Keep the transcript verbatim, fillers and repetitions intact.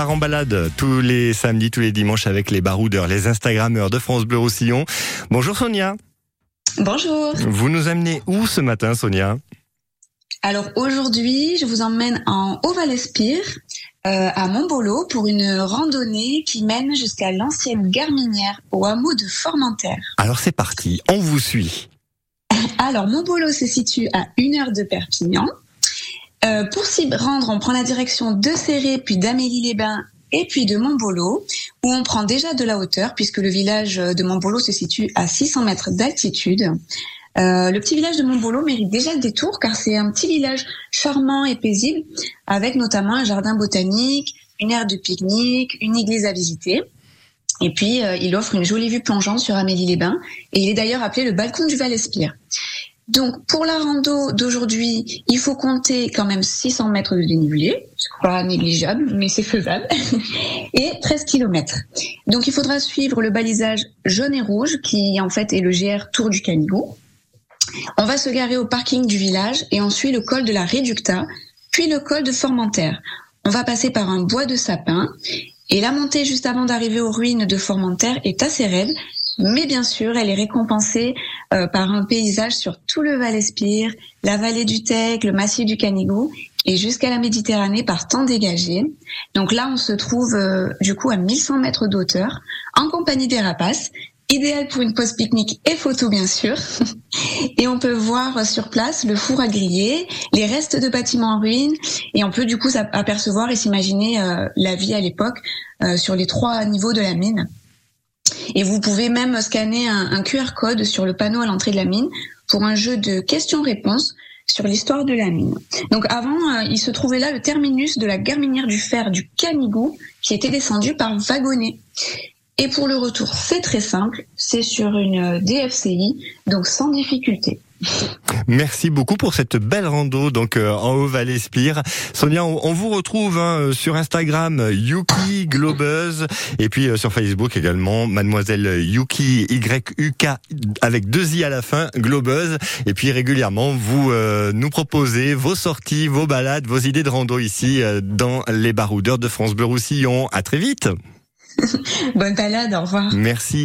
part en balade tous les samedis, tous les dimanches avec les baroudeurs, les Instagrammeurs de France Bleu Roussillon. Bonjour Sonia. Bonjour. Vous nous amenez où ce matin, Sonia ? Alors aujourd'hui, je vous emmène en Haut-Val-Espire, euh, à Montbolo, pour une randonnée qui mène jusqu'à l'ancienne gare minière au hameau de Formentère. Alors c'est parti, on vous suit. Alors Montbolo se situe à une heure de Perpignan. Euh, pour s'y rendre, on prend la direction de Céré, puis d'Amélie-les-Bains et puis de Montbolo, où on prend déjà de la hauteur, puisque le village de Montbolo se situe à six cents mètres d'altitude. Euh, le petit village de Montbolo mérite déjà le détour, car c'est un petit village charmant et paisible, avec notamment un jardin botanique, une aire de pique-nique, une église à visiter. Et puis, euh, il offre une jolie vue plongeante sur Amélie-les-Bains, et il est d'ailleurs appelé le balcon du Val-Espire. Donc, pour la rando d'aujourd'hui, il faut compter quand même six cents mètres de dénivelé. C'est pas négligeable, mais c'est faisable. Et treize kilomètres. Donc, il faudra suivre le balisage jaune et rouge, qui en fait est le G R Tour du Canigou. On va se garer au parking du village et on suit le col de la Réducta, puis le col de Formentère. On va passer par un bois de sapin et la montée juste avant d'arriver aux ruines de Formentère est assez raide, mais bien sûr, elle est récompensée euh, par un paysage sur tout le Val-Espire, la vallée du Tech, le massif du Canigou et jusqu'à la Méditerranée par temps dégagé. Donc là, on se trouve euh, du coup à mille cent mètres d'auteur, en compagnie des rapaces, idéal pour une pause pique-nique et photo bien sûr. Et on peut voir sur place le four à griller, les restes de bâtiments en ruine, et on peut du coup apercevoir et s'imaginer euh, la vie à l'époque euh, sur les trois niveaux de la mine. Et vous pouvez même scanner un, un Q R code sur le panneau à l'entrée de la mine pour un jeu de questions-réponses sur l'histoire de la mine. Donc avant, euh, il se trouvait là le terminus de la gare minière du fer du Canigou qui était descendu par wagonnet. Et pour le retour, c'est très simple, c'est sur une D F C I, donc sans difficulté. Merci beaucoup pour cette belle rando donc euh, en Haut-Val-Espire. Sonia, on, on vous retrouve hein, sur Instagram Yuki Globeuse et puis euh, sur Facebook également Mademoiselle Yuki Y U K avec deux i à la fin Globeuse. Et puis régulièrement vous euh, nous proposez vos sorties, vos balades, vos idées de rando ici euh, dans les baroudeurs de France Bleu Roussillon. À très vite. Bonne balade, au revoir. Merci.